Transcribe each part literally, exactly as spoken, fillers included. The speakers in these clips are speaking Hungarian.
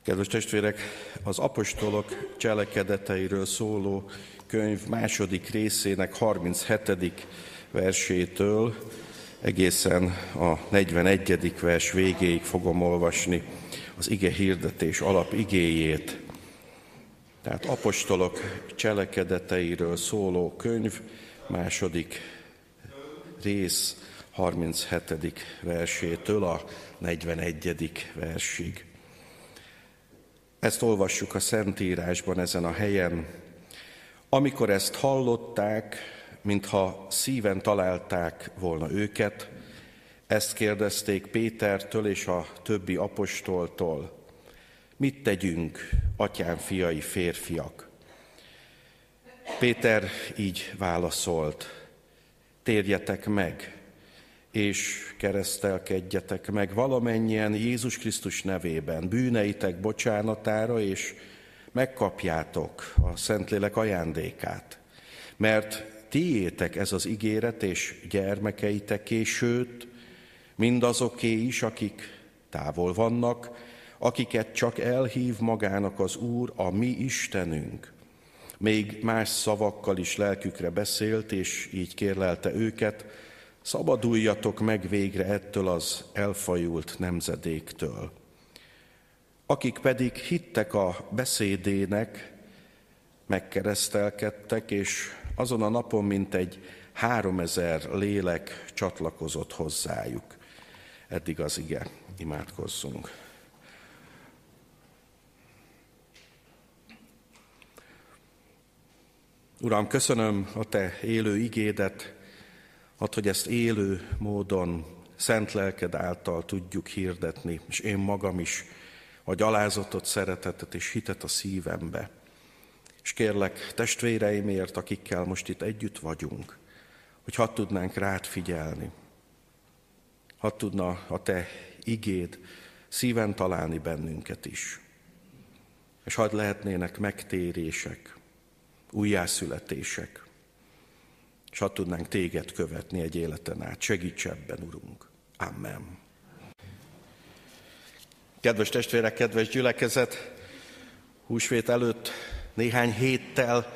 Kedves testvérek, az apostolok cselekedeteiről szóló könyv második részének harminchetedik versétől egészen a negyvenegyedik vers végéig fogom olvasni az ige hirdetés alap igéjét. Tehát apostolok cselekedeteiről szóló könyv második rész harminchetedik versétől a negyvenegyedik versig. Ezt olvassuk a Szentírásban ezen a helyen. Amikor ezt hallották, mintha szíven találták volna őket, ezt kérdezték Pétertől és a többi apostoltól. Mit tegyünk, atyám fiai férfiak? Péter így válaszolt, térjetek meg, és keresztelkedjetek meg valamennyien Jézus Krisztus nevében, bűneitek bocsánatára, és megkapjátok a Szentlélek ajándékát. Mert tiétek ez az ígéret, és gyermekeiteké, sőt, mindazoké is, akik távol vannak, akiket csak elhív magának az Úr, a mi Istenünk. Még más szavakkal is lelkükre beszélt, és így kérlelte őket, szabaduljatok meg végre ettől az elfajult nemzedéktől. Akik pedig hittek a beszédének, megkeresztelkedtek, és azon a napon mintegy háromezer lélek csatlakozott hozzájuk. Eddig az ige, imádkozzunk. Uram, köszönöm a Te élő igédet, add, hogy ezt élő módon, szent lelked által tudjuk hirdetni, és én magam is, a gyalázatot, szeretetet és hitet a szívembe. És kérlek testvéreimért, akikkel most itt együtt vagyunk, hogy hadd tudnánk rád figyelni, hadd tudna a Te igéd szíven találni bennünket is. És hadd lehetnének megtérések, újjászületések, és hadd tudnánk téged követni egy életen át. Segíts ebben, Urunk. Amen. Kedves testvérek, kedves gyülekezet, húsvét előtt néhány héttel,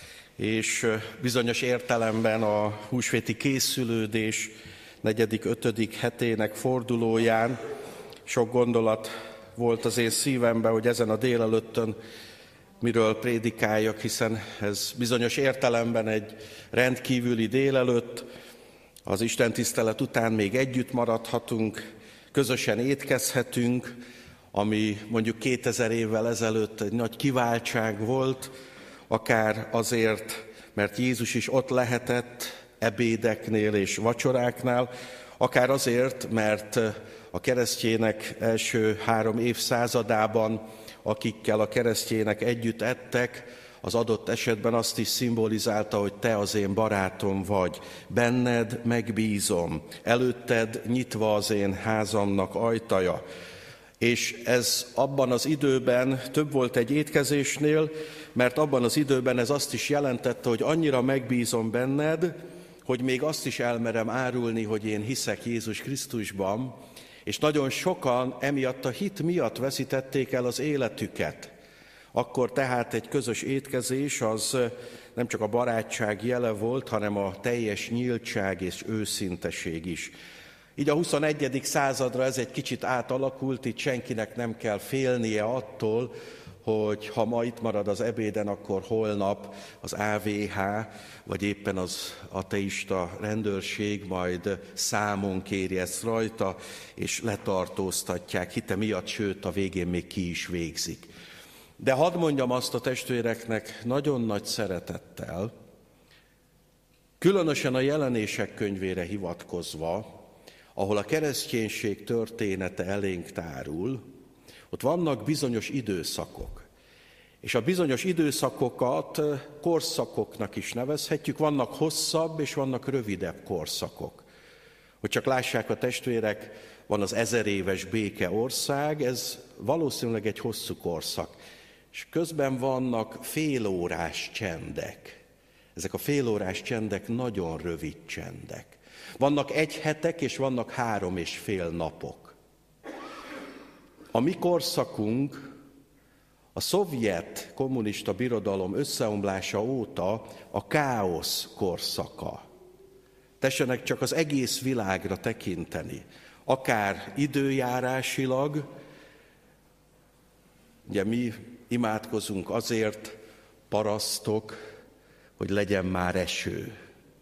és bizonyos értelemben a húsvéti készülődés negyedik, ötödik hetének fordulóján sok gondolat volt az én szívemben, hogy ezen a délelőttön miről prédikáljak, hiszen ez bizonyos értelemben egy rendkívüli délelőtt, az Isten tisztelet után még együtt maradhatunk, közösen étkezhetünk, ami mondjuk kétezer évvel ezelőtt egy nagy kiváltság volt, akár azért, mert Jézus is ott lehetett ebédeknél és vacsoráknál, akár azért, mert a keresztjének első három évszázadában, akikkel a keresztjének együtt ettek, az adott esetben azt is szimbolizálta, hogy te az én barátom vagy, benned megbízom, előtted nyitva az én házamnak ajtaja. És ez abban az időben több volt egy étkezésnél, mert abban az időben ez azt is jelentette, hogy annyira megbízom benned, hogy még azt is elmerem árulni, hogy én hiszek Jézus Krisztusban, és nagyon sokan emiatt a hit miatt veszítették el az életüket. Akkor tehát egy közös étkezés az nem csak a barátság jele volt, hanem a teljes nyíltság és őszinteség is. Így a huszonegyedik századra ez egy kicsit átalakult, itt senkinek nem kell félnie attól, hogy ha ma itt marad az ebéden, akkor holnap az á vé há, vagy éppen az ateista rendőrség majd számon kéri ezt rajta, és letartóztatják hite miatt, sőt a végén még ki is végzik. De hadd mondjam azt a testvéreknek nagyon nagy szeretettel, különösen a Jelenések könyvére hivatkozva, ahol a kereszténység története elénk tárul, ott vannak bizonyos időszakok. És a bizonyos időszakokat korszakoknak is nevezhetjük, vannak hosszabb és vannak rövidebb korszakok. Hogy csak lássák a testvérek, van az ezer éves békeország, ez valószínűleg egy hosszú korszak. És közben vannak félórás csendek. Ezek a félórás csendek nagyon rövid csendek. Vannak egy hetek, és vannak három és fél napok. A mi korszakunk A szovjet kommunista birodalom összeomlása óta a káosz korszaka. Tessenek csak az egész világra tekinteni, akár időjárásilag, ugye mi imádkozunk azért, parasztok, hogy legyen már eső.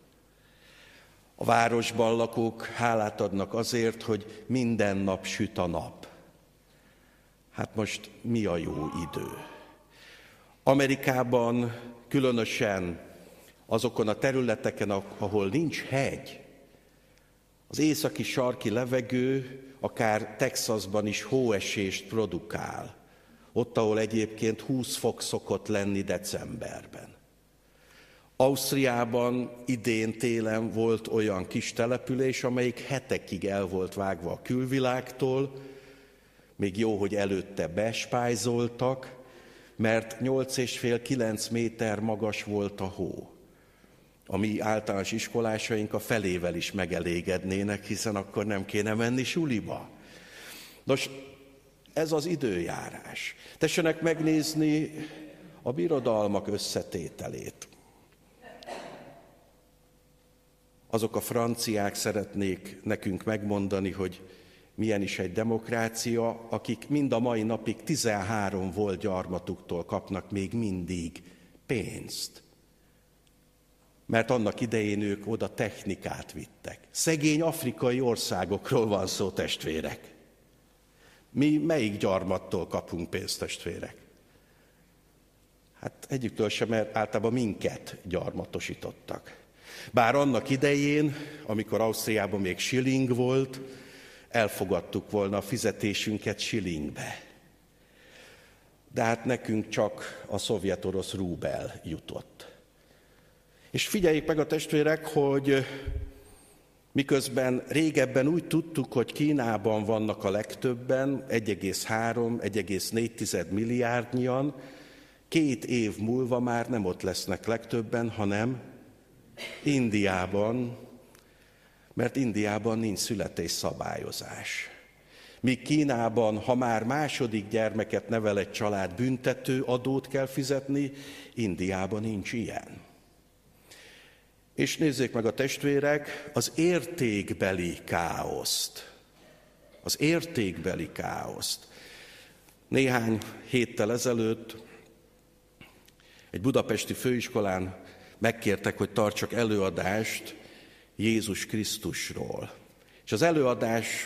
A városban lakók hálát adnak azért, hogy minden nap süt a nap. Hát most mi a jó idő? Amerikában különösen azokon a területeken, ahol nincs hegy, az északi sarki levegő akár Texasban is hóesést produkál. Ott, ahol egyébként húsz fok szokott lenni decemberben. Ausztriában idén télen volt olyan kis település, amelyik hetekig el volt vágva a külvilágtól, még jó, hogy előtte bespájzoltak, mert nyolc és fél kilenc méter magas volt a hó. A mi általános iskolásaink a felével is megelégednének, hiszen akkor nem kéne menni suliba. Nos, ez az időjárás. Tessenek megnézni a birodalmak összetételét. Azok a franciák szeretnék nekünk megmondani, hogy milyen is egy demokrácia, akik mind a mai napig tizenhárom volt gyarmatuktól kapnak még mindig pénzt. Mert annak idején ők oda technikát vittek. Szegény afrikai országokról van szó, testvérek. Mi melyik gyarmattól kapunk pénzt, testvérek? Hát együttől sem, mert általában minket gyarmatosítottak. Bár annak idején, amikor Ausztriában még shilling volt, elfogadtuk volna a fizetésünket shillingbe. De hát nekünk csak a szovjet-orosz rubel jutott. És figyeljék meg a testvérek, hogy miközben régebben úgy tudtuk, hogy Kínában vannak a legtöbben, egy egész három - egy egész négy milliárdnyian, két év múlva már nem ott lesznek legtöbben, hanem Indiában, mert Indiában nincs születésszabályozás. Míg Kínában, ha már második gyermeket nevel egy család, büntető adót kell fizetni, Indiában nincs ilyen. És nézzék meg a testvérek az értékbeli káoszt. Az értékbeli káoszt. Néhány héttel ezelőtt egy budapesti főiskolán megkértek, hogy tartsak előadást Jézus Krisztusról. És az előadás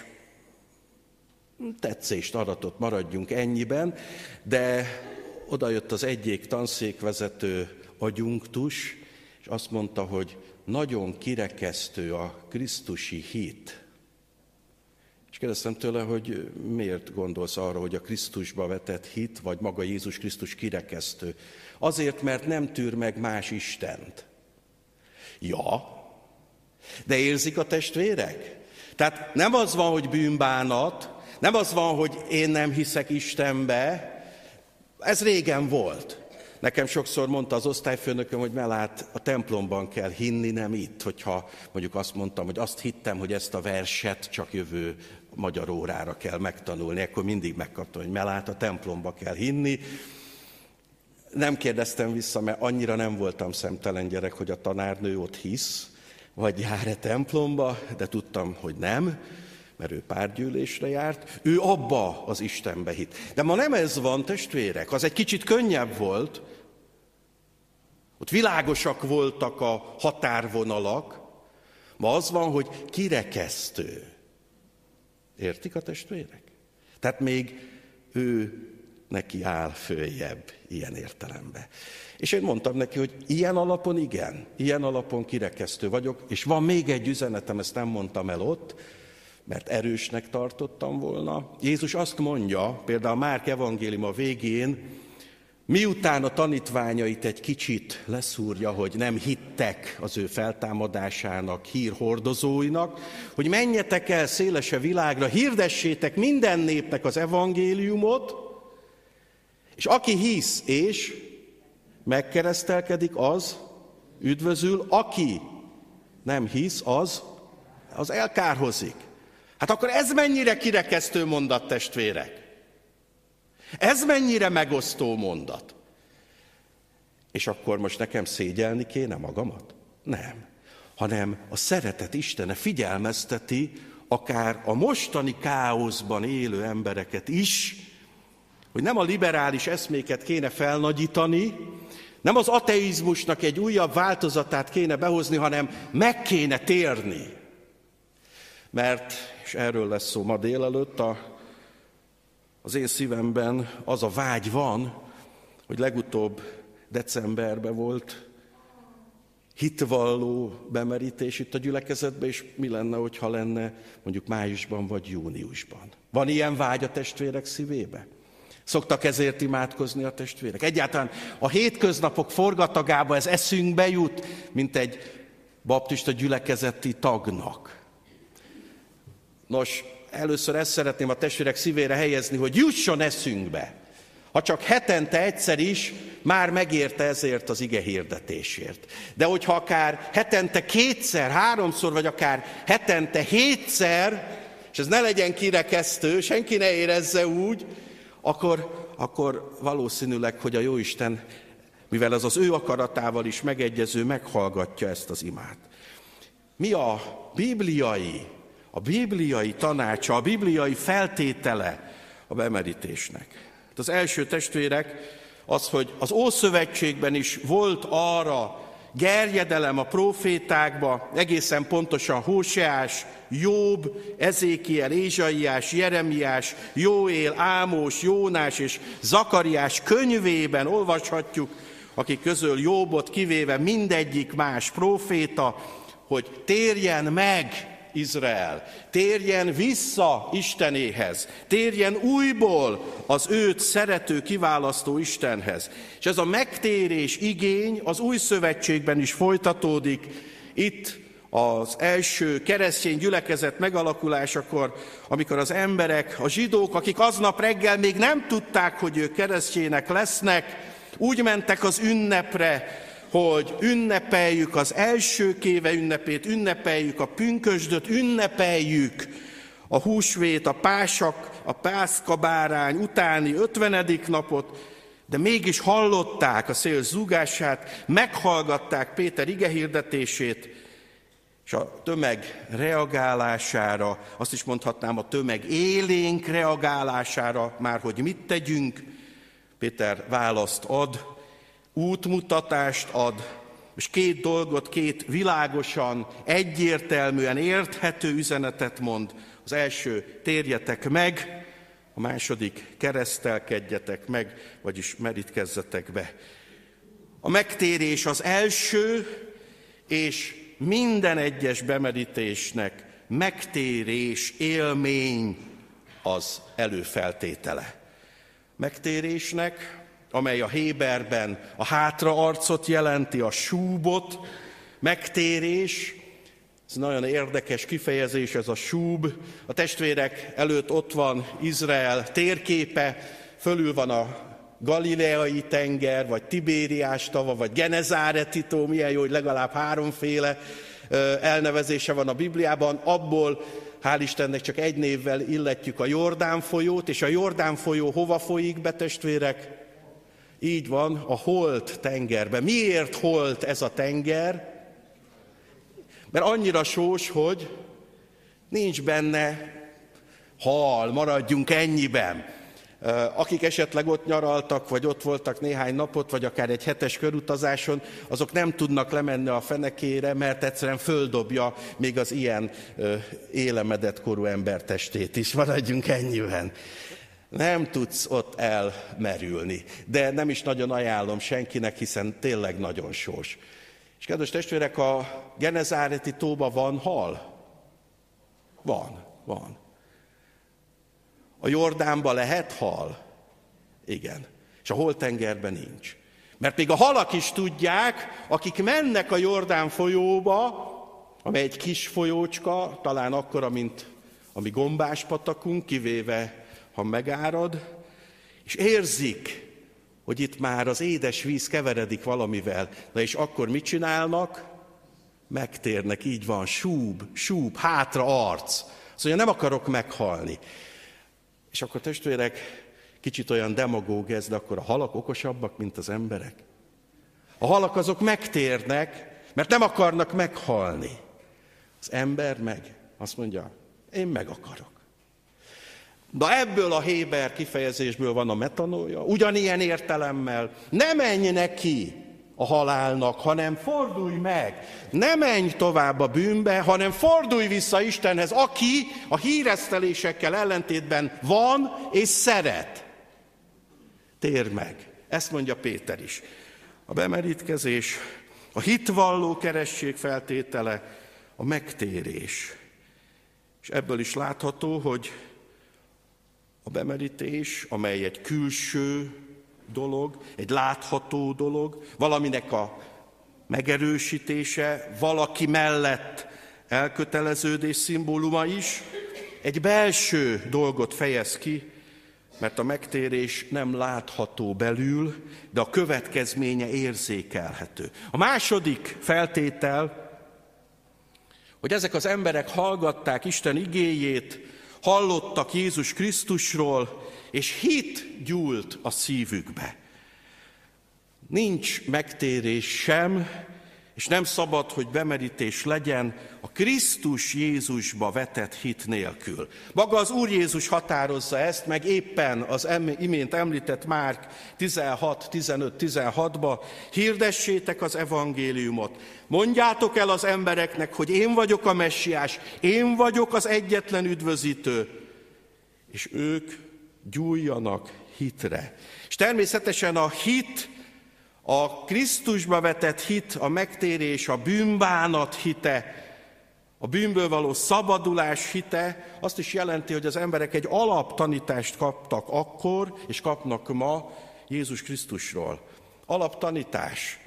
tetszést aratott, maradjunk ennyiben, de odajött az egyik tanszékvezető adjunktus, és azt mondta, hogy nagyon kirekesztő a krisztusi hit. És kérdeztem tőle, hogy miért gondolsz arra, hogy a Krisztusba vetett hit, vagy maga Jézus Krisztus kirekesztő? Azért, mert nem tűr meg más Istent. Ja, de érzik a testvérek? Tehát nem az van, hogy bűnbánat, nem az van, hogy én nem hiszek Istenbe, ez régen volt. Nekem sokszor mondta az osztályfőnököm, hogy Melát, a templomban kell hinni, nem itt. Hogyha mondjuk azt mondtam, hogy azt hittem, hogy ezt a verset csak jövő magyar órára kell megtanulni, akkor mindig megkaptam, hogy Melát, a templomba kell hinni. Nem kérdeztem vissza, mert annyira nem voltam szemtelen gyerek, hogy a tanárnő ott hisz, vagy jár-e templomba, de tudtam, hogy nem, mert ő pártgyűlésre járt. Ő abba az Istenbe hitt. De ma nem ez van, testvérek, az egy kicsit könnyebb volt. Ott világosak voltak a határvonalak. Ma az van, hogy kirekesztő. Értik a testvérek? Tehát még ő neki áll följebb ilyen értelemben. És én mondtam neki, hogy ilyen alapon igen, ilyen alapon kirekesztő vagyok, és van még egy üzenetem, ezt nem mondtam el ott, mert erősnek tartottam volna. Jézus azt mondja, például Márk evangéliuma végén, miután a tanítványait egy kicsit leszúrja, hogy nem hittek az ő feltámadásának, hírhordozóinak, hogy menjetek el szélese világra, hirdessétek minden népnek az evangéliumot, és aki hisz és megkeresztelkedik, az üdvözül, aki nem hisz, az, az elkárhozik. Hát akkor ez mennyire kirekesztő mondat, testvérek? Ez mennyire megosztó mondat. És akkor most nekem szégyelni kéne magamat? Nem. Hanem a szeretet Istene figyelmezteti akár a mostani káoszban élő embereket is, hogy nem a liberális eszméket kéne felnagyítani, nem az ateizmusnak egy újabb változatát kéne behozni, hanem meg kéne térni. Mert, és erről lesz szó ma délelőtt, a, az én szívemben az a vágy van, hogy legutóbb decemberben volt hitvalló bemerítés itt a gyülekezetben, és mi lenne, hogyha lenne mondjuk májusban vagy júniusban. Van ilyen vágy a testvérek szívébe? Szoktak ezért imádkozni a testvérek? Egyáltalán a hétköznapok forgatagába ez eszünkbe jut, mint egy baptista gyülekezeti tagnak. Nos, először ezt szeretném a testvérek szívére helyezni, hogy jusson eszünkbe. Ha csak hetente egyszer is, már megérte ezért az ige hirdetésért. De hogyha akár hetente kétszer, háromszor, vagy akár hetente hétszer, és ez ne legyen kirekesztő, senki ne érezze úgy, akkor, akkor valószínűleg, hogy a Jóisten, mivel ez az ő akaratával is megegyező, meghallgatja ezt az imát. Mi a bibliai, a bibliai tanácsa, a bibliai feltétele a bemerítésnek? Az első testvérek az, hogy az Ószövetségben is volt arra gerjedelem a prófétákba, egészen pontosan Hóseás, Jobb, Ezékiel, Ézsaiás, Jeremiás, Jóél, Ámós, Jónás és Zakariás könyvében olvashatjuk, akik közül Jobbot kivéve mindegyik más próféta, hogy térjen meg Izrael, térjen vissza Istenéhez, térjen újból az őt szerető, kiválasztó Istenhez. És ez a megtérés igény az új szövetségben is folytatódik. Itt az első keresztény gyülekezet megalakulásakor, amikor az emberek, a zsidók, akik aznap reggel még nem tudták, hogy ők keresztjének lesznek, úgy mentek az ünnepre, hogy ünnepeljük az első kéve ünnepét, ünnepeljük a pünkösdöt, ünnepeljük a húsvét, a pásak, a pászkabárány utáni ötvenedik napot, de mégis hallották a szél zúgását, meghallgatták Péter igehirdetését, és a tömeg reagálására, azt is mondhatnám a tömeg élénk reagálására, már hogy mit tegyünk, Péter választ ad, útmutatást ad, és két dolgot, két világosan, egyértelműen érthető üzenetet mond. Az első, térjetek meg, a második, keresztelkedjetek meg, vagyis merítkezzetek be. A megtérés az első, és minden egyes bemerítésnek megtérés élmény az előfeltétele. Megtérésnek, amely a héberben a hátraarcot jelenti, a súbot, megtérés, ez nagyon érdekes kifejezés, ez a súb. A testvérek előtt ott van Izrael térképe, fölül van a Galileai tenger, vagy Tibériás tava, vagy Genezáreti tó, milyen jó, hogy legalább háromféle elnevezése van a Bibliában, abból hál' Istennek csak egy névvel illetjük a Jordán folyót, és a Jordán folyó hova folyik be, testvérek? Így van, a Holt tengerbe. Miért Holt ez a tenger? Mert annyira sós, hogy nincs benne hal, maradjunk ennyiben. Akik esetleg ott nyaraltak, vagy ott voltak néhány napot, vagy akár egy hetes körutazáson, azok nem tudnak lemenni a fenekére, mert egyszerűen földobja még az ilyen élemedett korú ember testét is. Maradjunk ennyiben. Nem tudsz ott elmerülni, de nem is nagyon ajánlom senkinek, hiszen tényleg nagyon sós. És kedves testvérek, a Genezáreti tóban van hal? Van, van. A Jordánban lehet hal? Igen. És a Holtengerben nincs. Mert még a halak is tudják, akik mennek a Jordán folyóba, amely egy kis folyócska, talán akkora, mint a mi gombáspatakunk, kivéve ha megárad, és érzik, hogy itt már az édes víz keveredik valamivel. Na és akkor mit csinálnak? Megtérnek, így van, súb, súb, hátra arc. Azt mondja, nem akarok meghalni. És akkor testvérek, Kicsit olyan demagóg ez, de akkor a halak okosabbak, mint az emberek? A halak azok megtérnek, mert nem akarnak meghalni. Az ember meg azt mondja, én meg akarok. De ebből a Héber kifejezésből van a metanója, ugyanilyen értelemmel. Ne menj neki a halálnak, hanem fordulj meg. Ne menj tovább a bűnbe, hanem fordulj vissza Istenhez, aki a híresztelésekkel ellentétben van és szeret. Térj meg. Ezt mondja Péter is. A bemerítkezés, a hitvalló keresztség feltétele, a megtérés. És ebből is látható, hogy a bemerítés, amely egy külső dolog, egy látható dolog, valaminek a megerősítése, valaki mellett elköteleződés szimbóluma is, egy belső dolgot fejez ki, mert a megtérés nem látható belül, de a következménye érzékelhető. A második feltétel, hogy ezek az emberek hallgatták Isten igéjét, hallottak Jézus Krisztusról, és hit gyúlt a szívükbe. Nincs megtérés sem, és nem szabad, hogy bemerítés legyen a Krisztus Jézusba vetett hit nélkül. Maga az Úr Jézus határozza ezt, meg éppen az imént említett Márk tizenhat, tizenöt, tizenhatba, hirdessétek az evangéliumot, mondjátok el az embereknek, hogy én vagyok a messiás, én vagyok az egyetlen üdvözítő, és ők gyújjanak hitre. És természetesen a hit, a Krisztusba vetett hit, a megtérés, a bűnbánat hite, a bűnből való szabadulás hite azt is jelenti, hogy az emberek egy alaptanítást kaptak akkor, és kapnak ma Jézus Krisztusról. Alaptanítás.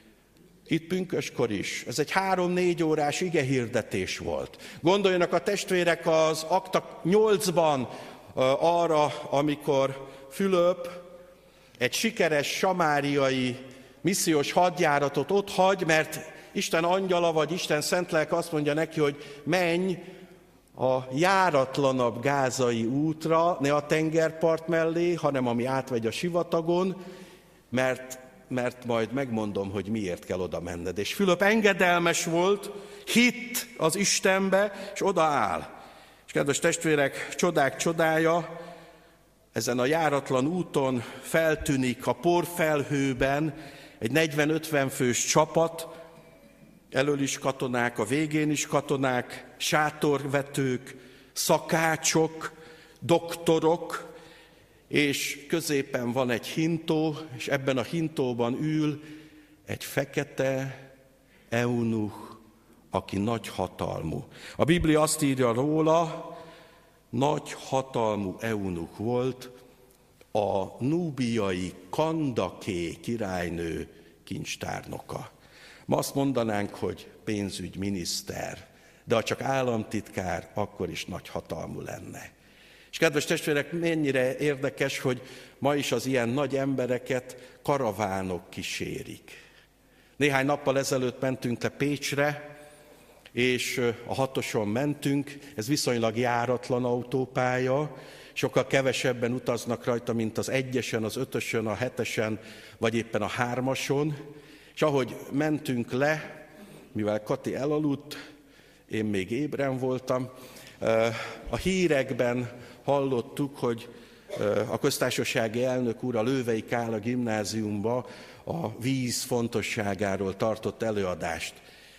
Itt pünköskor is. Ez egy három-négy órás igehirdetés volt. Gondoljanak a testvérek az Akta nyolcban arra, amikor Fülöp egy sikeres samáriai missziós hadjáratot ott hagy, mert Isten angyala vagy Isten szentlelke azt mondja neki, hogy menj a járatlanabb gázai útra, ne a tengerpart mellé, hanem ami átvegy a sivatagon, mert, mert majd megmondom, hogy miért kell oda menned. És Fülöp engedelmes volt, hitt az Istenbe, és odaáll. És kedves testvérek, csodák csodája, ezen a járatlan úton feltűnik a porfelhőben egy negyven-ötven fős csapat, elől is katonák, a végén is katonák, sátorvetők, szakácsok, doktorok, és középen van egy hintó, és ebben a hintóban ül egy fekete eunuch, aki nagy hatalmú. A Biblia azt írja róla, nagy hatalmú eunuch volt, a núbiai Kandaké királynő kincstárnoka. Ma azt mondanánk, hogy pénzügyminiszter, de ha csak államtitkár, akkor is nagy hatalmú lenne. És kedves testvérek, mennyire érdekes, hogy ma is az ilyen nagy embereket karavánok kísérik. Néhány nappal ezelőtt mentünk le Pécsre, és a hatoson mentünk, ez viszonylag járatlan autópálya, sokkal kevesebben utaznak rajta, mint az egyesen, az ötösön, a hetesen, vagy éppen a hármason, és ahogy mentünk le, mivel Kati elaludt, én még ébren voltam, a hírekben hallottuk, hogy a köztársasági elnök úr a Lővei Kála gimnáziumba a víz fontosságáról tartott előadást.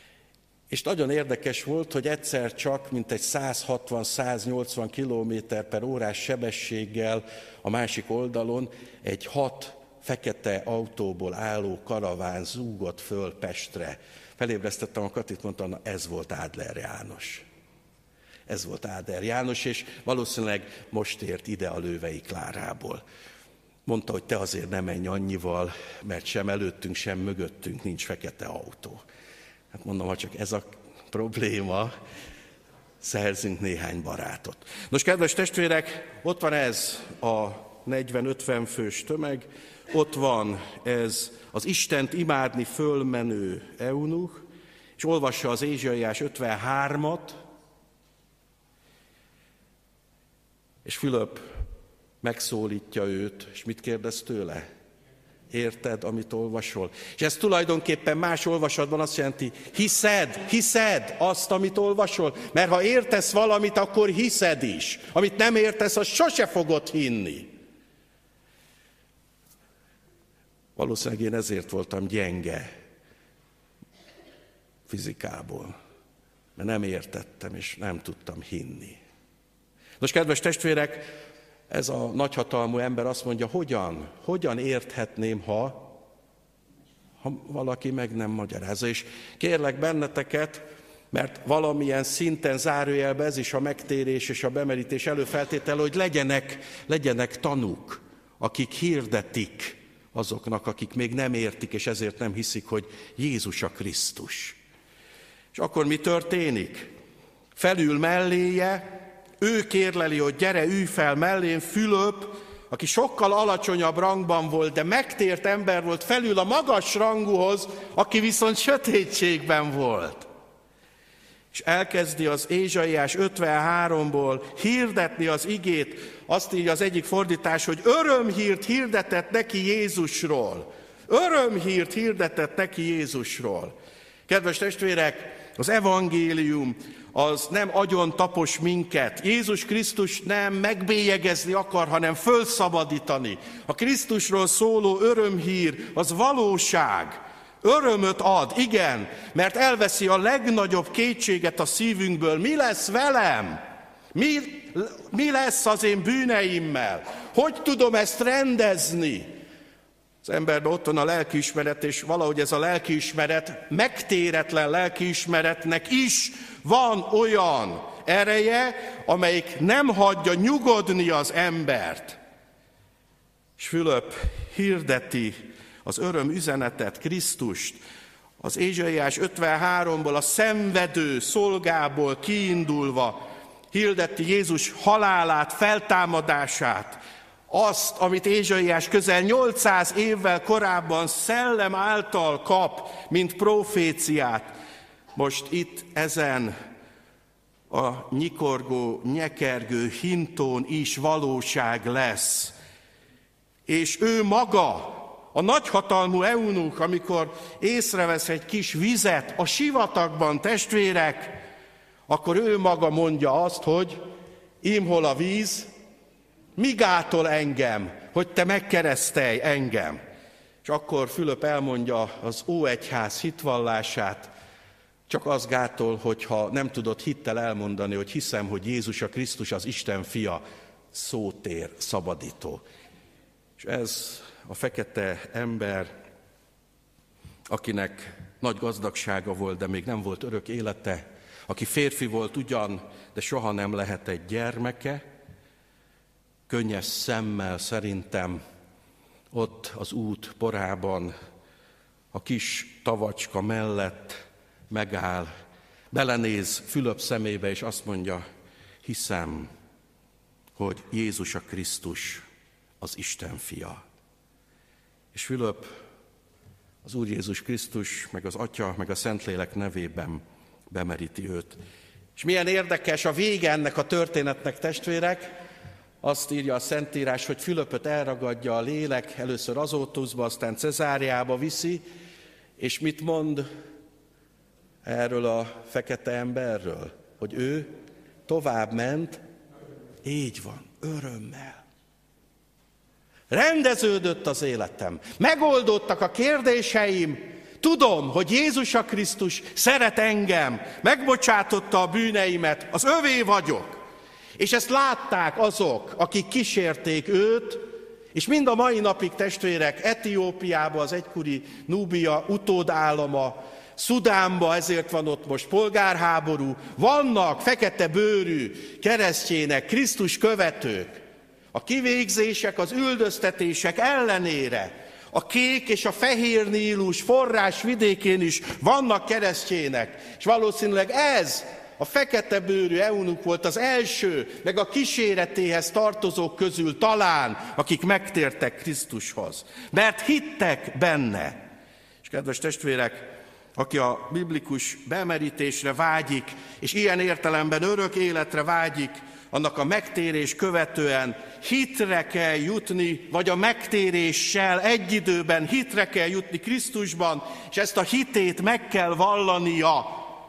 És nagyon érdekes volt, hogy egyszer csak mintegy száz hatvan száz nyolcvan kilométer per órás sebességgel a másik oldalon egy hat fekete autóból álló karaván zúgott föl Pestre. Felébresztettem a Katit, mondtam, na ez volt Ádler János. Ez volt Ádler János, és valószínűleg most ért ide a Lővei Klárából. Mondta, hogy te azért ne menj annyival, mert sem előttünk, sem mögöttünk nincs fekete autó. Hát mondom, ha csak ez a probléma, szerzünk néhány barátot. Nos, kedves testvérek, ott van ez a negyven-ötven fős tömeg, ott van ez az Istent imádni fölmenő eunuch, és olvassa az Ézsaiás ötvenhármat, és Fülöp megszólítja őt, és mit kérdez tőle? Érted, amit olvasol? És ez tulajdonképpen más olvasatban azt jelenti, hiszed, hiszed azt, amit olvasol, mert ha értesz valamit, akkor hiszed is. Amit nem értesz, azt sose fogod hinni. Valószínűleg én ezért voltam gyenge fizikából, mert nem értettem, és nem tudtam hinni. Nos, kedves testvérek, ez a nagyhatalmú ember azt mondja, hogyan, hogyan érthetném, ha, ha valaki meg nem magyarázza. És kérlek benneteket, mert valamilyen szinten zárójelben ez is a megtérés és a bemerítés előfeltétel, hogy legyenek, legyenek tanúk, akik hirdetik azoknak, akik még nem értik, és ezért nem hiszik, hogy Jézus a Krisztus. És akkor mi történik? Felül melléje, ő kérleli, hogy gyere, ülj fel mellén, Fülöp, aki sokkal alacsonyabb rangban volt, de megtért ember volt, felül a magas rangúhoz, aki viszont sötétségben volt. És elkezdi az Ézsaiás ötvenháromból hirdetni az igét, azt írja az egyik fordítás, hogy örömhírt hirdetett neki Jézusról. Örömhírt hirdetett neki Jézusról. Kedves testvérek, az evangélium az nem agyon tapos minket. Jézus Krisztus nem megbélyegezni akar, hanem fölszabadítani. A Krisztusról szóló örömhír az valóság. Örömöt ad, igen, mert elveszi a legnagyobb kétséget a szívünkből. Mi lesz velem? Mi, mi lesz az én bűneimmel? Hogy tudom ezt rendezni? Az emberben ott van a lelkiismeret, és valahogy ez a lelkiismeret, megtéretlen lelkiismeretnek is van olyan ereje, amelyik nem hagyja nyugodni az embert. És Fülöp hirdeti az öröm üzenetet, Krisztust, az Ézsaiás ötvenháromból, a szenvedő szolgából kiindulva hirdeti Jézus halálát, feltámadását, azt, amit Ézsaiás közel nyolcszáz évvel korábban szellem által kap, mint proféciát. Most itt ezen a nyikorgó, nyekergő hintón is valóság lesz. És ő maga, a nagyhatalmú eunuch, amikor észrevesz egy kis vizet a sivatagban, testvérek, akkor ő maga mondja azt, hogy imhol a víz, mi gátol engem, hogy te megkeresztelj engem? És akkor Fülöp elmondja az óegyház hitvallását, csak az gátol, hogyha nem tudod hittel elmondani, hogy hiszem, hogy Jézus a Krisztus, az Isten fia, szótér, szabadító. És ez a fekete ember, akinek nagy gazdagsága volt, de még nem volt örök élete, aki férfi volt ugyan, de soha nem lehetett gyermeke, könnyes szemmel szerintem ott az út porában, a kis tavacska mellett megáll, belenéz Fülöp szemébe, és azt mondja, hiszem, hogy Jézus a Krisztus, az Isten fia. És Fülöp az Úr Jézus Krisztus, meg az Atya, meg a Szentlélek nevében bemeríti őt. És milyen érdekes a vége ennek a történetnek, testvérek, azt írja a Szentírás, hogy Fülöpöt elragadja a lélek, először Azótuszba, aztán Cezáreába viszi, és mit mond erről a fekete emberről? Hogy ő tovább ment, így van, örömmel. Rendeződött az életem, megoldódtak a kérdéseim, tudom, hogy Jézus a Krisztus szeret engem, megbocsátotta a bűneimet, az övé vagyok. És ezt látták azok, akik kísérték őt, és mind a mai napig, testvérek, Etiópiában, az egykori Núbia utódállama, Szudánban, ezért van ott most polgárháború, vannak fekete bőrű keresztjének, Krisztus követők. A kivégzések, az üldöztetések ellenére, a kék és a fehér Nílus forrás vidékén is vannak keresztjének, és valószínűleg ez a fekete bőrű eunuch volt az első, meg a kíséretéhez tartozók közül talán, akik megtértek Krisztushoz, mert hittek benne. És kedves testvérek, aki a biblikus bemerítésre vágyik, és ilyen értelemben örök életre vágyik, annak a megtérés követően hitre kell jutni, vagy a megtéréssel egy időben hitre kell jutni Krisztusban, és ezt a hitét meg kell vallania.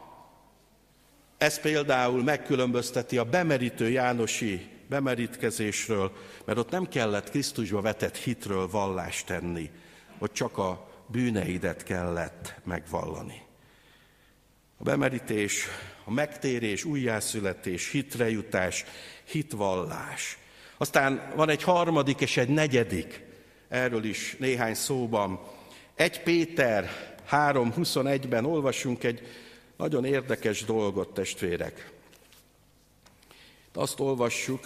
Ez például megkülönbözteti a bemerítő jánosi bemerítkezésről, mert ott nem kellett Krisztusba vetett hitről vallást tenni, ott csak a bűneidet kellett megvallani. A bemerítés, a megtérés, újjászületés, hitrejutás, hitvallás. Aztán van egy harmadik és egy negyedik, erről is néhány szóban. egy Péter három huszonegyben olvasunk egy nagyon érdekes dolgot, testvérek. Azt olvassuk,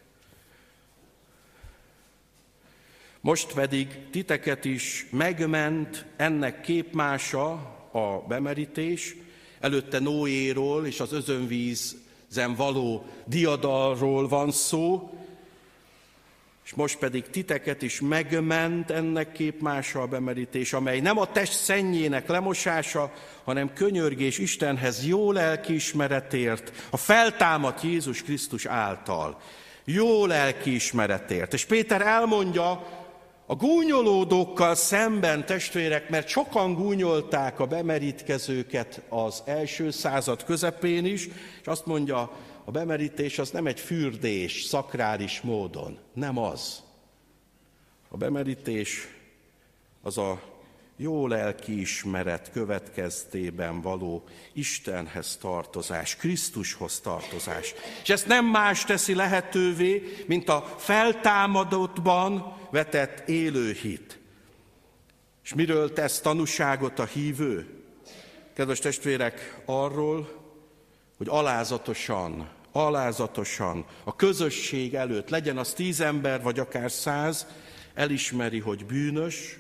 most pedig titeket is megment ennek képmása a bemerítés, előtte Noéról és az özönvízen való diadalról van szó, és most pedig titeket is megment ennek képmása a bemerítés, amely nem a test szennyének lemosása, hanem könyörgés Istenhez jó lelkiismeretért, a feltámadt Jézus Krisztus által. Jó lelkiismeretért. És Péter elmondja a gúnyolódókkal szemben, testvérek, mert sokan gúnyolták a bemerítkezőket az első század közepén is, és azt mondja, a bemerítés az nem egy fürdés szakrális módon, nem az. A bemerítés az a jó lelkiismeret következtében való Istenhez tartozás, Krisztushoz tartozás. És ezt nem más teszi lehetővé, mint a feltámadottban vetett élő hit. És miről tesz tanúságot a hívő? Kedves testvérek, arról, hogy alázatosan, alázatosan a közösség előtt, legyen az tíz ember, vagy akár száz, elismeri, hogy bűnös,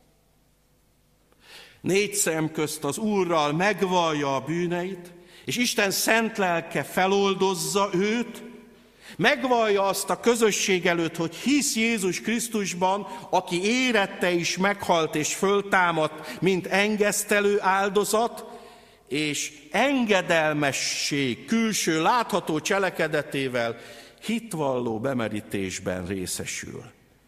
négy szem közt az Úrral megvallja a bűneit, és Isten szent lelke feloldozza őt, megvallja azt a közösség előtt, hogy hisz Jézus Krisztusban, aki érette is meghalt és föltámadt, mint engesztelő áldozat, és engedelmesség külső látható cselekedetével hitvalló bemerítésben részesül.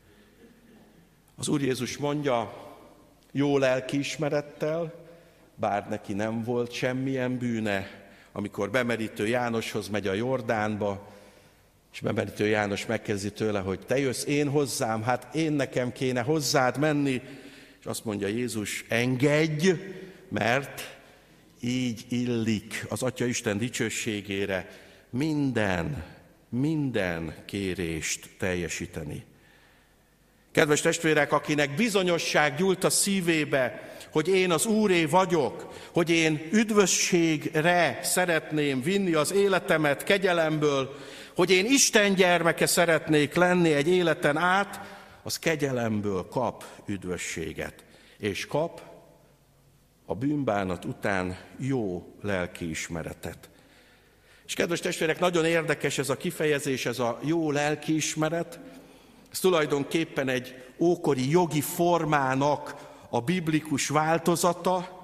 Az Úr Jézus mondja, jó lelkiismerettel, bár neki nem volt semmilyen bűne, amikor bemerítő Jánoshoz megy a Jordánba, és bemerítő János megkezdi tőle, hogy te jössz én hozzám, hát én nekem kéne hozzád menni, és azt mondja Jézus, engedj, mert így illik az Atya Isten dicsőségére minden, minden kérést teljesíteni. Kedves testvérek, akinek bizonyosság gyújt a szívébe, hogy én az Úré vagyok, hogy én üdvösségre szeretném vinni az életemet kegyelemből, hogy én Isten gyermeke szeretnék lenni egy életen át, az kegyelemből kap üdvösséget, és kap a bűnbánat után jó lelkiismeretet. És kedves testvérek, nagyon érdekes ez a kifejezés, ez a jó lelkiismeret. Ez tulajdonképpen egy ókori jogi formának a biblikus változata.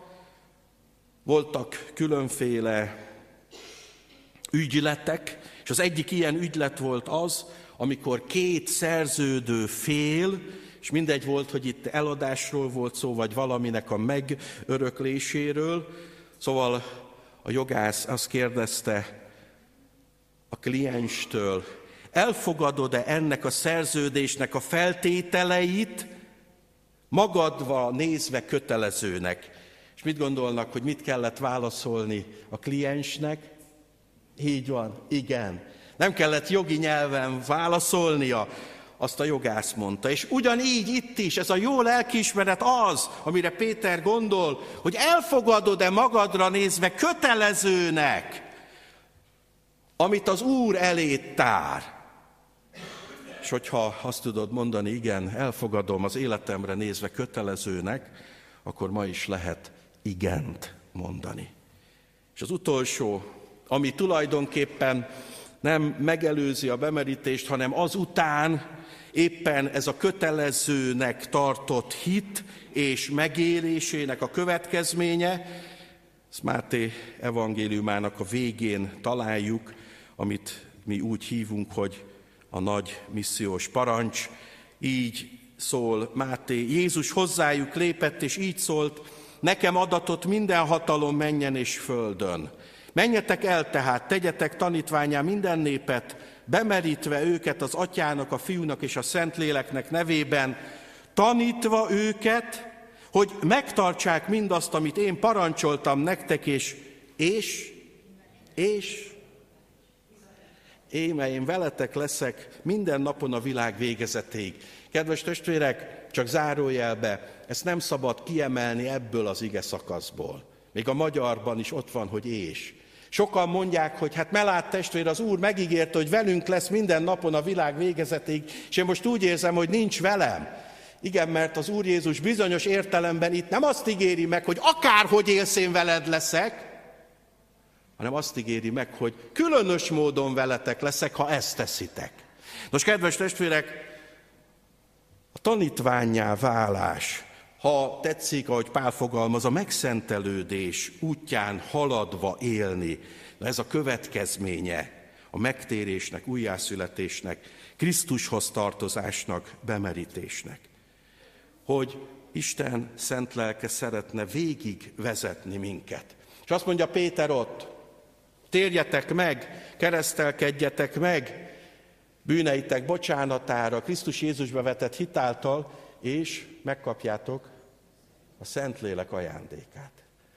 Voltak különféle ügyletek, és az egyik ilyen ügylet volt az, amikor két szerződő fél, és mindegy volt, hogy itt eladásról volt szó, vagy valaminek a megörökléséről. Szóval a jogász azt kérdezte a klienstől, elfogadod-e ennek a szerződésnek a feltételeit magadva nézve kötelezőnek? És mit gondolnak, hogy mit kellett válaszolni a kliensnek? Így van, igen. Nem kellett jogi nyelven válaszolnia, azt a jogász mondta. És ugyanígy itt is, ez a jó lelkiismeret az, amire Péter gondol, hogy elfogadod-e magadra nézve kötelezőnek, amit az Úr elé tár. És hogyha azt tudod mondani, igen, elfogadom az életemre nézve kötelezőnek, akkor ma is lehet igent mondani. És az utolsó, ami tulajdonképpen nem megelőzi a bemerítést, hanem azután éppen ez a kötelezőnek tartott hit és megélésének a következménye, ezt Máté evangéliumának a végén találjuk, amit mi úgy hívunk, hogy a nagy missziós parancs. Így szól Máté. Jézus hozzájuk lépett, és így szólt: nekem adatott minden hatalom mennyen és földön. Menjetek el tehát, tegyetek tanítvánnyá minden népet, bemerítve őket az Atyának, a Fiúnak és a Szentléleknek nevében, tanítva őket, hogy megtartsák mindazt, amit én parancsoltam nektek, és, és, és, éme én veletek leszek minden napon a világ végezetéig. Kedves testvérek, csak zárójelbe, ezt nem szabad kiemelni ebből az ige szakaszból. Még a magyarban is ott van, hogy és. Sokan mondják, hogy hát Melát testvér, az Úr megígérte, hogy velünk lesz minden napon a világ végezetéig, és én most úgy érzem, hogy nincs velem. Igen, mert az Úr Jézus bizonyos értelemben itt nem azt ígéri meg, hogy akárhogy élsz, én veled leszek, hanem azt ígéri meg, hogy különös módon veletek leszek, ha ezt teszitek. Nos, kedves testvérek, a tanítvánnyá válás, ha tetszik, ahogy Pál fogalmaz, a megszentelődés útján haladva élni, na ez a következménye a megtérésnek, újjászületésnek, Krisztushoz tartozásnak, bemerítésnek. Hogy Isten szent lelke szeretne végig vezetni minket. És azt mondja Péter ott: térjetek meg, keresztelkedjetek meg, bűneitek bocsánatára, Krisztus Jézusba vetett hitáltal, és megkapjátok a Szentlélek ajándékát.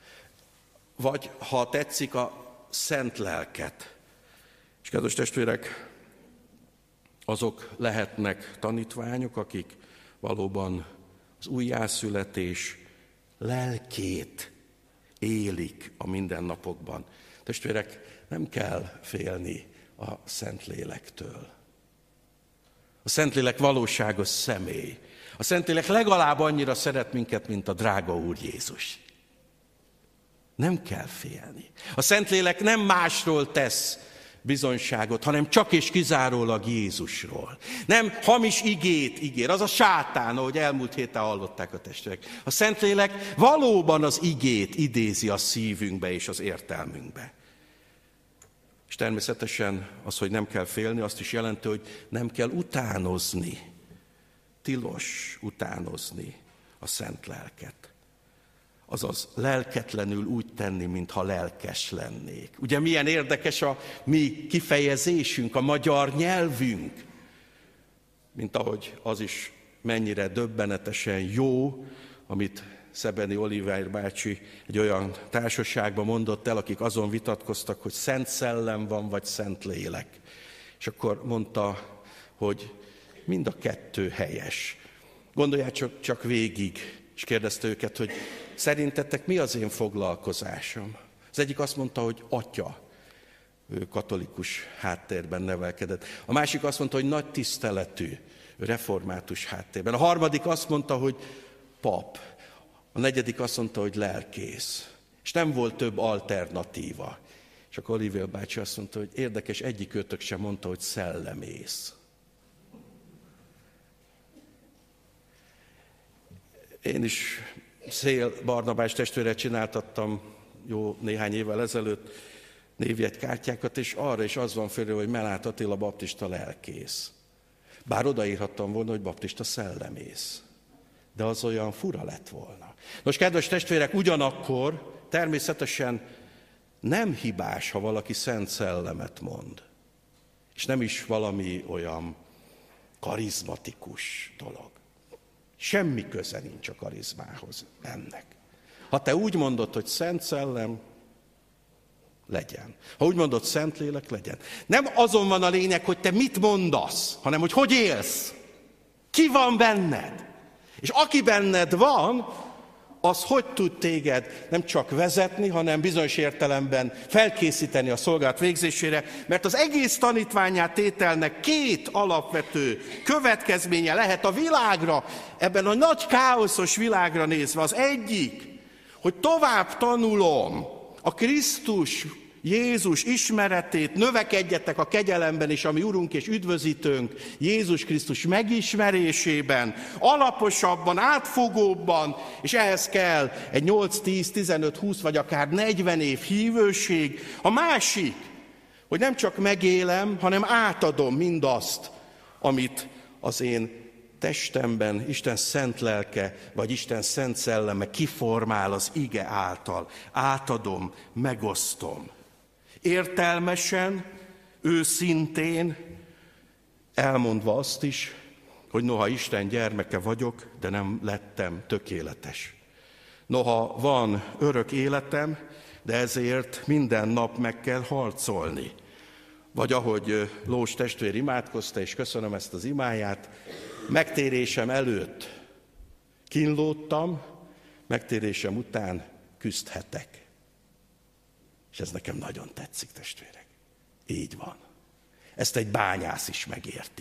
Vagy, ha tetszik, a szent lelket. És kedves testvérek, azok lehetnek tanítványok, akik valóban az újjászületés lelkét élik a mindennapokban. Testvérek, nem kell félni a Szentlélektől. A Szentlélek valóságos személy. A Szentlélek legalább annyira szeret minket, mint a drága Úr Jézus. Nem kell félni. A Szentlélek nem másról tesz bizonyságot, hanem csak és kizárólag Jézusról. Nem hamis igét ígér, az a sátán, ahogy elmúlt héten hallották a testvérek. A Szentlélek valóban az igét idézi a szívünkbe és az értelmünkbe. És természetesen az, hogy nem kell félni, azt is jelenti, hogy nem kell utánozni. Tilos utánozni a szent lelket. Azaz lelketlenül úgy tenni, mintha lelkes lennék. Ugye milyen érdekes a mi kifejezésünk, a magyar nyelvünk, mint ahogy az is mennyire döbbenetesen jó, amit Szebeni Olivér bácsi egy olyan társaságban mondott el, akik azon vitatkoztak, hogy szent szellem van, vagy szent lélek. És akkor mondta, hogy mind a kettő helyes. Gondolják csak, csak végig, és kérdezte őket, hogy szerintetek mi az én foglalkozásom? Az egyik azt mondta, hogy atya. Ő katolikus háttérben nevelkedett. A másik azt mondta, hogy nagy tiszteletű, ő református háttérben. A harmadik azt mondta, hogy pap. A negyedik azt mondta, hogy lelkész. És nem volt több alternatíva. És akkor Olivér bácsi azt mondta, hogy érdekes, egyik őtök sem mondta, hogy szellemész. Én is Szél Barnabás testvérrel csináltattam jó néhány évvel ezelőtt névjegykártyákat, és arra is az van fölül, hogy Melát Attila baptista lelkész. Bár odaírhattam volna, hogy baptista szellemész. De az olyan fura lett volna. Nos, kedves testvérek, ugyanakkor természetesen nem hibás, ha valaki szent szellemet mond. És nem is valami olyan karizmatikus dolog. Semmi köze nincs a karizmához ennek. Ha te úgy mondod, hogy szent szellem, legyen. Ha úgy mondod, szent lélek, legyen. Nem azon van a lényeg, hogy te mit mondasz, hanem hogy hogy élsz. Ki van benned? És aki benned van, az hogy tud téged nem csak vezetni, hanem bizonyos értelemben felkészíteni a szolgálat végzésére, mert az egész tanítvánnyá tételnek két alapvető következménye lehet a világra, ebben a nagy káoszos világra nézve. Az egyik, hogy tovább tanulom a Krisztus Jézus ismeretét, növekedjetek a kegyelemben és a mi Urunk és Üdvözítőnk Jézus Krisztus megismerésében, alaposabban, átfogóbban, és ehhez kell egy nyolc, tíz, tizenöt, húsz vagy akár negyven év hívőség. A másik, Hogy nem csak megélem, hanem átadom mindazt, amit az én testemben Isten szent lelke, vagy Isten szent szelleme kiformál az ige által. Átadom, megosztom. Értelmesen, őszintén, elmondva azt is, hogy noha Isten gyermeke vagyok, de nem lettem tökéletes. Noha van örök életem, de ezért minden nap meg kell harcolni. Vagy ahogy Lós testvér imádkozta, és köszönöm ezt az imáját, megtérésem előtt kínlódtam, megtérésem után küzdhetek. És ez nekem nagyon tetszik, testvérek. Így van. Ezt egy bányász is megérti.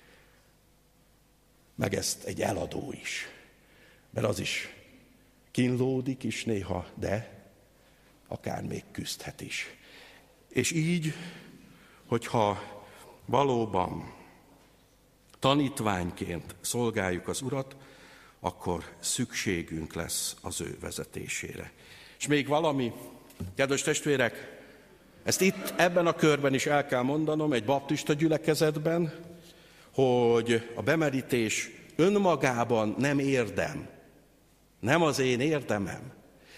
Meg ezt egy eladó is. Mert az is kínlódik is néha, de akár még küzdhet is. És így, hogyha valóban tanítványként szolgáljuk az Urat, akkor szükségünk lesz az ő vezetésére. És még valami, kedves testvérek, ezt itt, ebben a körben is el kell mondanom, egy baptista gyülekezetben, hogy a bemerítés önmagában nem érdem, nem az én érdemem.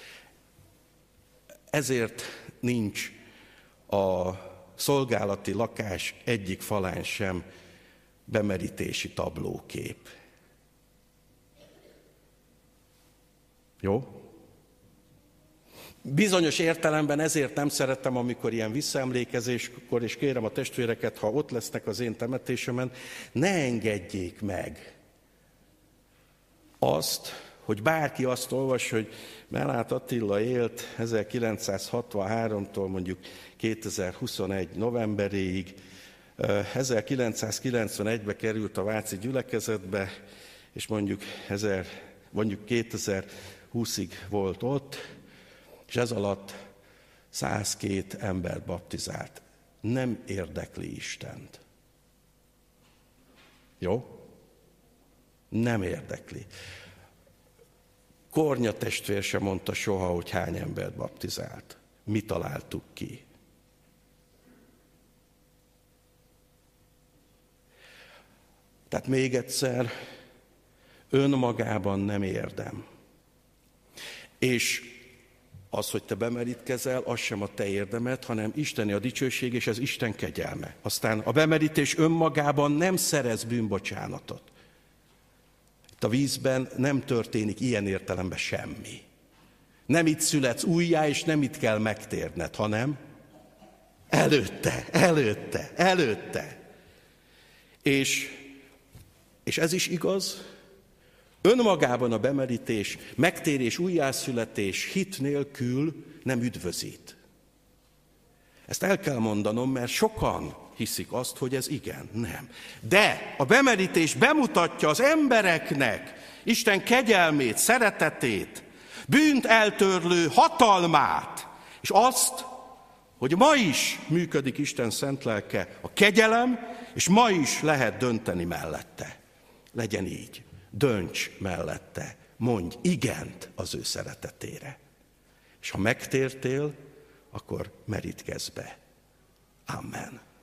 Ezért nincs a szolgálati lakás egyik falán sem bemerítési tablókép. Jó? Bizonyos értelemben ezért nem szeretem, amikor ilyen visszaemlékezéskor, és kérem a testvéreket, ha ott lesznek az én temetésemen, ne engedjék meg azt, hogy bárki azt olvas, hogy Mellát Attila élt ezerkilencszázhatvanháromtól mondjuk kétezer-huszonegy novemberéig, ezerkilencszázkilencvenegybe került a váci gyülekezetbe, és mondjuk, ezer, mondjuk kétezer-húszig volt ott, és ez alatt százkettő ember baptizált. Nem érdekli Istent. Jó? Nem érdekli. Kornya testvér sem mondta soha, hogy hány embert baptizált. Mi találtuk ki. Tehát még egyszer, önmagában nem érdem. És az, hogy te bemerítkezel, az sem a te érdemed, hanem Isteni a dicsőség, és ez Isten kegyelme. Aztán a bemerítés önmagában nem szerez bűnbocsánatot. Itt a vízben nem történik ilyen értelemben semmi. Nem itt születsz újjá, és nem itt kell megtérned, hanem előtte, előtte, előtte. És, és ez is igaz, önmagában a bemerítés, megtérés, újjászületés hit nélkül nem üdvözít. Ezt el kell mondanom, mert sokan hiszik azt, hogy ez igen, nem. De a bemerítés bemutatja az embereknek Isten kegyelmét, szeretetét, bűnt eltörlő hatalmát, és azt, hogy ma is működik Isten szent lelke, a kegyelem, és ma is lehet dönteni mellette. Legyen így. Dönts mellette, mondj igent az ő szeretetére. És ha megtértél, akkor merítkezz be. Amen.